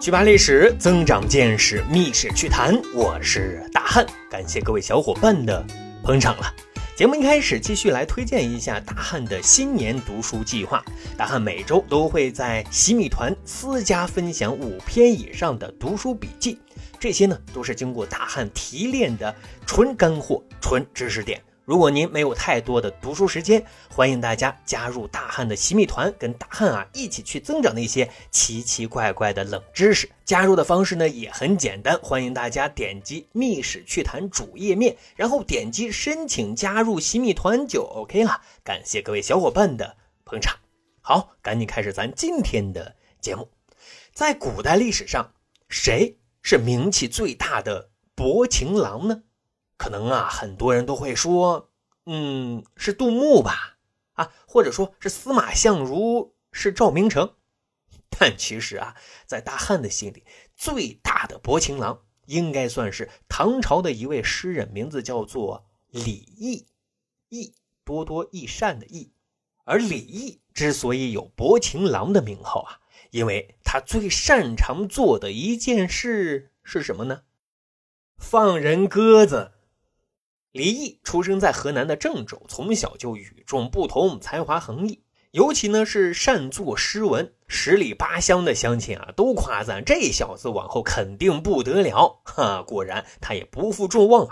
去吧历史，增长见识，密史趣谈，我是大汉，感谢各位小伙伴的捧场了。节目一开始继续来推荐一下大汉的新年读书计划。大汉每周都会在洗米团私家分享5篇以上的读书笔记，这些呢都是经过大汉提炼的纯干货、纯知识点。如果您没有太多的读书时间，欢迎大家加入大汉的洗米团，跟大汉一起去增长那些奇奇怪怪的冷知识。加入的方式呢也很简单，欢迎大家点击密史趣谈主页面，然后点击申请加入洗米团就 OK 了。感谢各位小伙伴的捧场。好，赶紧开始咱今天的节目。在古代历史上，谁是名气最大的薄情郎呢？可能很多人都会说是杜牧吧，或者说是司马相如，是赵明诚。但其实在大汉的心里，最大的薄情郎应该算是唐朝的一位诗人，名字叫做李益，益多多益善的益。而李益之所以有薄情郎的名号因为他最擅长做的一件事是什么呢？放人鸽子。李益出生在河南的郑州，从小就与众不同，才华横溢，尤其呢是善作诗文，10里8乡的乡亲都夸赞这小子往后肯定不得了。果然他也不负众望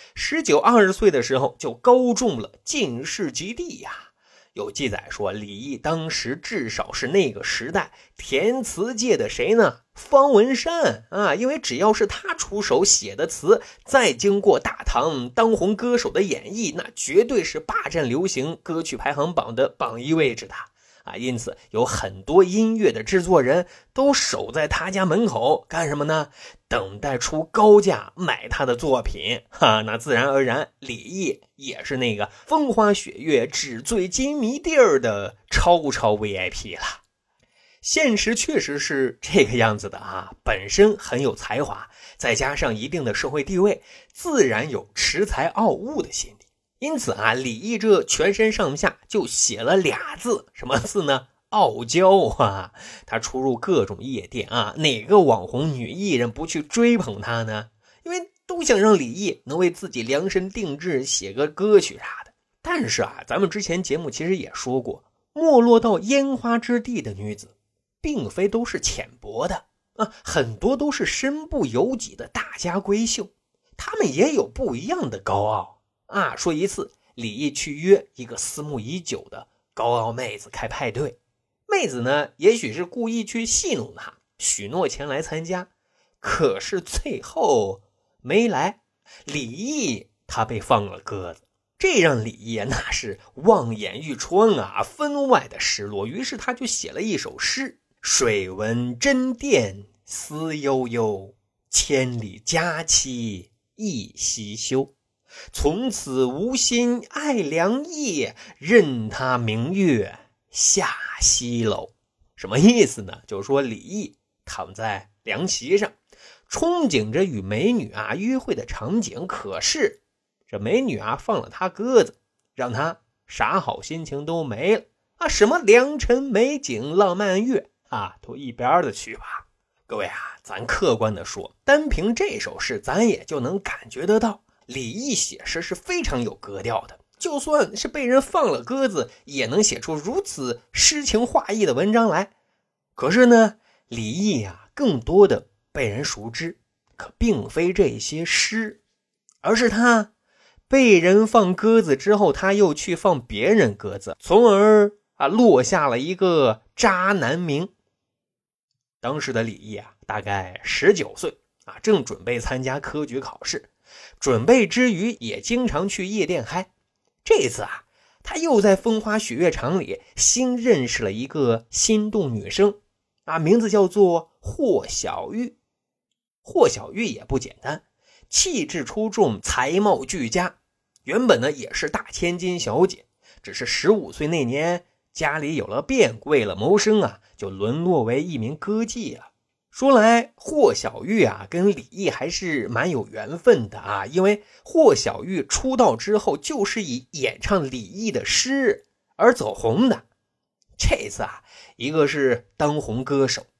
19、20岁的时候就高中了进士及第有记载说，李益当时至少是那个时代填词界的谁呢？方文山因为只要是他出手写的词，再经过大唐当红歌手的演绎，那绝对是霸占流行歌曲排行榜的榜1位置的因此有很多音乐的制作人都守在他家门口干什么呢？等待出高价买他的作品那自然而然李益也是那个风花雪月纸醉金迷地儿的超 VIP 了。现实确实是这个样子的本身很有才华，再加上一定的社会地位，自然有恃才傲物的心理。因此李益这全身上下就写了2字，什么字呢？傲娇他出入各种夜店哪个网红女艺人不去追捧他呢？因为都想让李益能为自己量身定制写个歌曲啥的。但是咱们之前节目其实也说过，没落到烟花之地的女子并非都是浅薄的很多都是身不由己的大家闺秀，她们也有不一样的高傲说一次李益去约一个思慕已久的高傲妹子开派对，妹子呢也许是故意去戏弄他，许诺前来参加，可是最后没来，李益他被放了鸽子，这让李益那是望眼欲穿分外的失落。于是他就写了一首诗：水闻真殿思悠悠，千里佳期一夕休。从此无心爱良夜，任他明月下西楼。什么意思呢？就是说李益躺在凉席上，憧憬着与美女约会的场景，可是这美女放了他鸽子，让他啥好心情都没了什么良辰美景浪漫月都一边的去吧。各位咱客观的说，单凭这首诗咱也就能感觉得到李益写诗是非常有格调的，就算是被人放了鸽子，也能写出如此诗情画意的文章来。可是呢，李益更多的被人熟知，可并非这些诗，而是他被人放鸽子之后，他又去放别人鸽子，从而落下了一个渣男名。当时的李益大概19岁正准备参加科举考试，准备之余也经常去夜店嗨。这次他又在风花雪月场里新认识了一个心动女生名字叫做霍小玉。霍小玉也不简单，气质出众，才貌俱佳，原本呢也是大千金小姐，只是15岁那年家里有了变故，为了谋生就沦落为一名歌妓了。说来霍小玉跟李益还是蛮有缘分的因为霍小玉出道之后就是以演唱李益的诗而走红的。这次一个是当红歌手，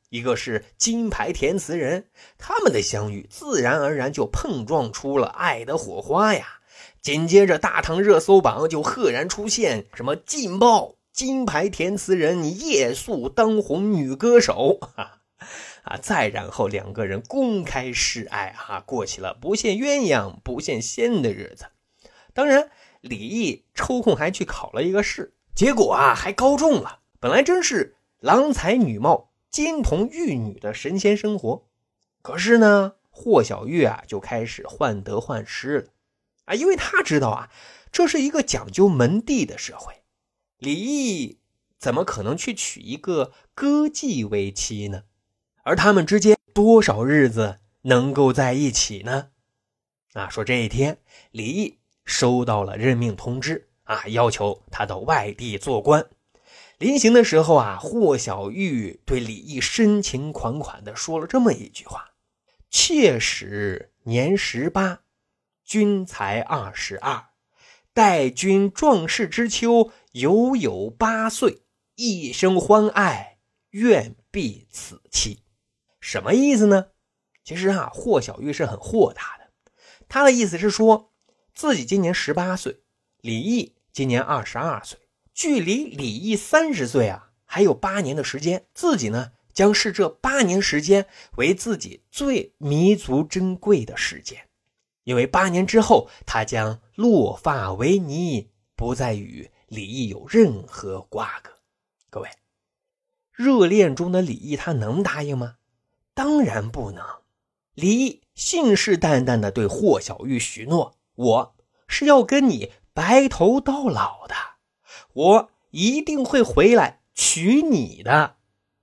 一个是金牌填词人，他们的相遇自然而然就碰撞出了爱的火花呀。紧接着大唐热搜榜就赫然出现什么劲爆金牌填词人夜宿当红女歌手再然后两个人公开示爱过起了不羡鸳鸯不羡仙的日子。当然李毅抽空还去考了一个试，结果还高中了。本来真是郎才女貌金童玉女的神仙生活，可是呢霍小玉就开始患得患失了因为他知道这是一个讲究门第的社会，李毅怎么可能去娶一个歌妓为妻呢？而他们之间多少日子能够在一起呢？说这一天李毅收到了任命通知要求他到外地做官。临行的时候霍小玉对李毅深情款款地说了这么一句话：妾时年18，君才22，待君壮士之秋，犹有8岁，一生欢爱，愿避此期。什么意思呢？其实霍小玉是很豁达的，他的意思是说自己今年18岁，李毅今年22岁，距离李毅30岁还有8年的时间，自己呢将视这8年时间为自己最弥足珍贵的时间，因为8年之后他将落发为尼，不再与李毅有任何瓜葛。各位，热恋中的李毅他能答应吗？当然不能。李毅信誓旦旦地对霍小玉许诺，我是要跟你白头到老的，我一定会回来娶你的。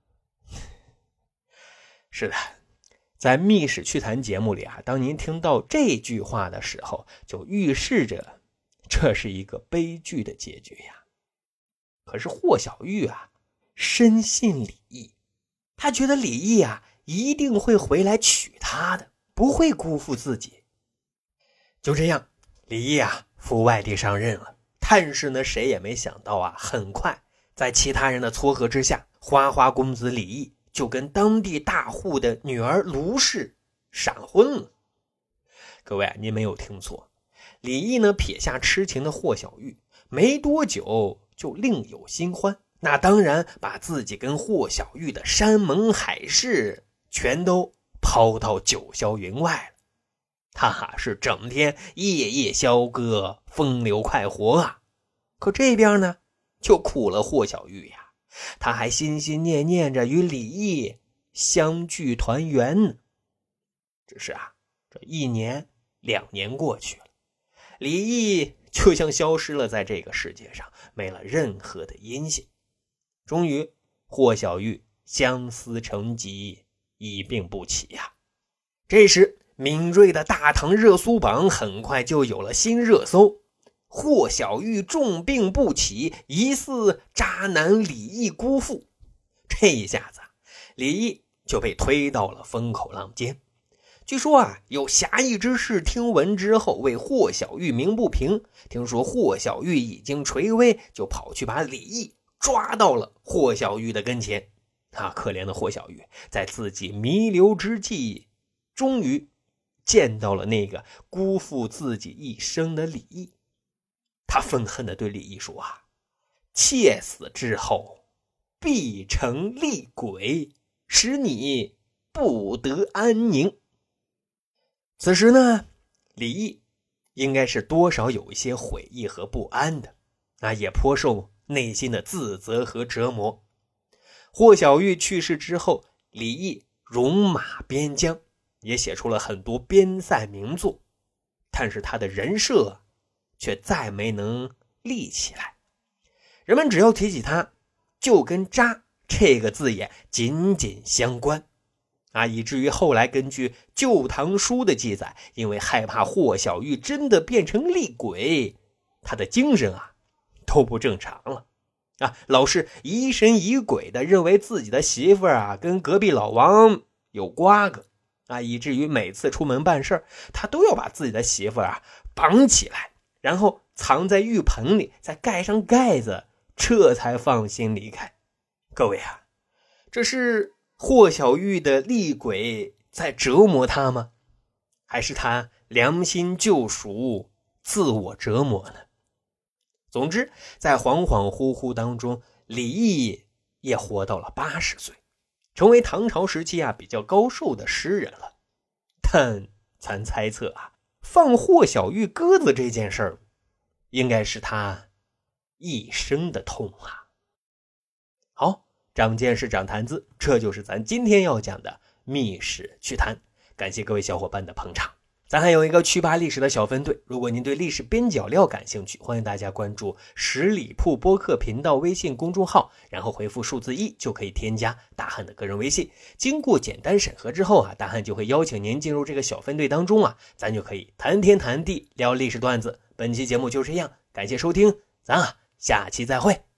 是的，在密室趣谈节目里当您听到这句话的时候，就预示着这是一个悲剧的结局呀。可是霍小玉深信李毅，他觉得李毅一定会回来娶她的，不会辜负自己。就这样，李毅赴外地上任了。但是呢，谁也没想到很快在其他人的撮合之下，花花公子李毅就跟当地大户的女儿卢氏闪婚了。各位您没有听错，李毅呢撇下痴情的霍小玉，没多久就另有新欢。那当然把自己跟霍小玉的山盟海誓全都抛到九霄云外了。他是整天夜夜笙歌，风流快活可这边呢就苦了霍小玉呀，他还心心念念着与李毅相聚团圆呢。只是这1年2年过去了，李毅就像消失了在这个世界上，没了任何的音信。终于霍小玉相思成疾，一病不起这时敏锐的大唐热搜榜很快就有了新热搜：霍小玉重病不起，疑似渣男李毅辜负。这一下子李毅就被推到了风口浪尖。据说有侠义之士听闻之后为霍小玉鸣不平，听说霍小玉已经垂危，就跑去把李毅抓到了霍小玉的跟前。可怜的霍小玉在自己弥留之际，终于见到了那个辜负自己一生的李毅。他愤恨地对李毅说妾死之后必成厉鬼，使你不得安宁。此时呢，李毅应该是多少有一些悔意和不安的也颇受内心的自责和折磨。霍小玉去世之后，李毅戎马边疆，也写出了很多边塞名作，但是他的人设却再没能立起来。人们只要提起他，就跟渣这个字眼紧紧相关以至于后来根据《旧唐书》的记载，因为害怕霍小玉真的变成厉鬼，他的精神都不正常了老是疑神疑鬼的认为自己的媳妇跟隔壁老王有瓜葛以至于每次出门办事他都要把自己的媳妇绑起来，然后藏在浴盆里，再盖上盖子，这才放心离开。各位这是霍小玉的厉鬼在折磨他吗？还是他良心救赎，自我折磨呢？总之，在恍恍惚惚当中，李益也活到了80岁，成为唐朝时期比较高寿的诗人了。但咱猜测放霍小玉鸽子这件事儿，应该是他一生的痛好，长见识长谈资，这就是咱今天要讲的密史趣谈。感谢各位小伙伴的捧场。咱还有一个趣吧历史的小分队，如果您对历史边角料感兴趣，欢迎大家关注十里铺播客频道微信公众号，然后回复数字1就可以添加大汉的个人微信。经过简单审核之后大汉就会邀请您进入这个小分队当中咱就可以谈天谈地聊历史段子。本期节目就这样，感谢收听，咱下期再会。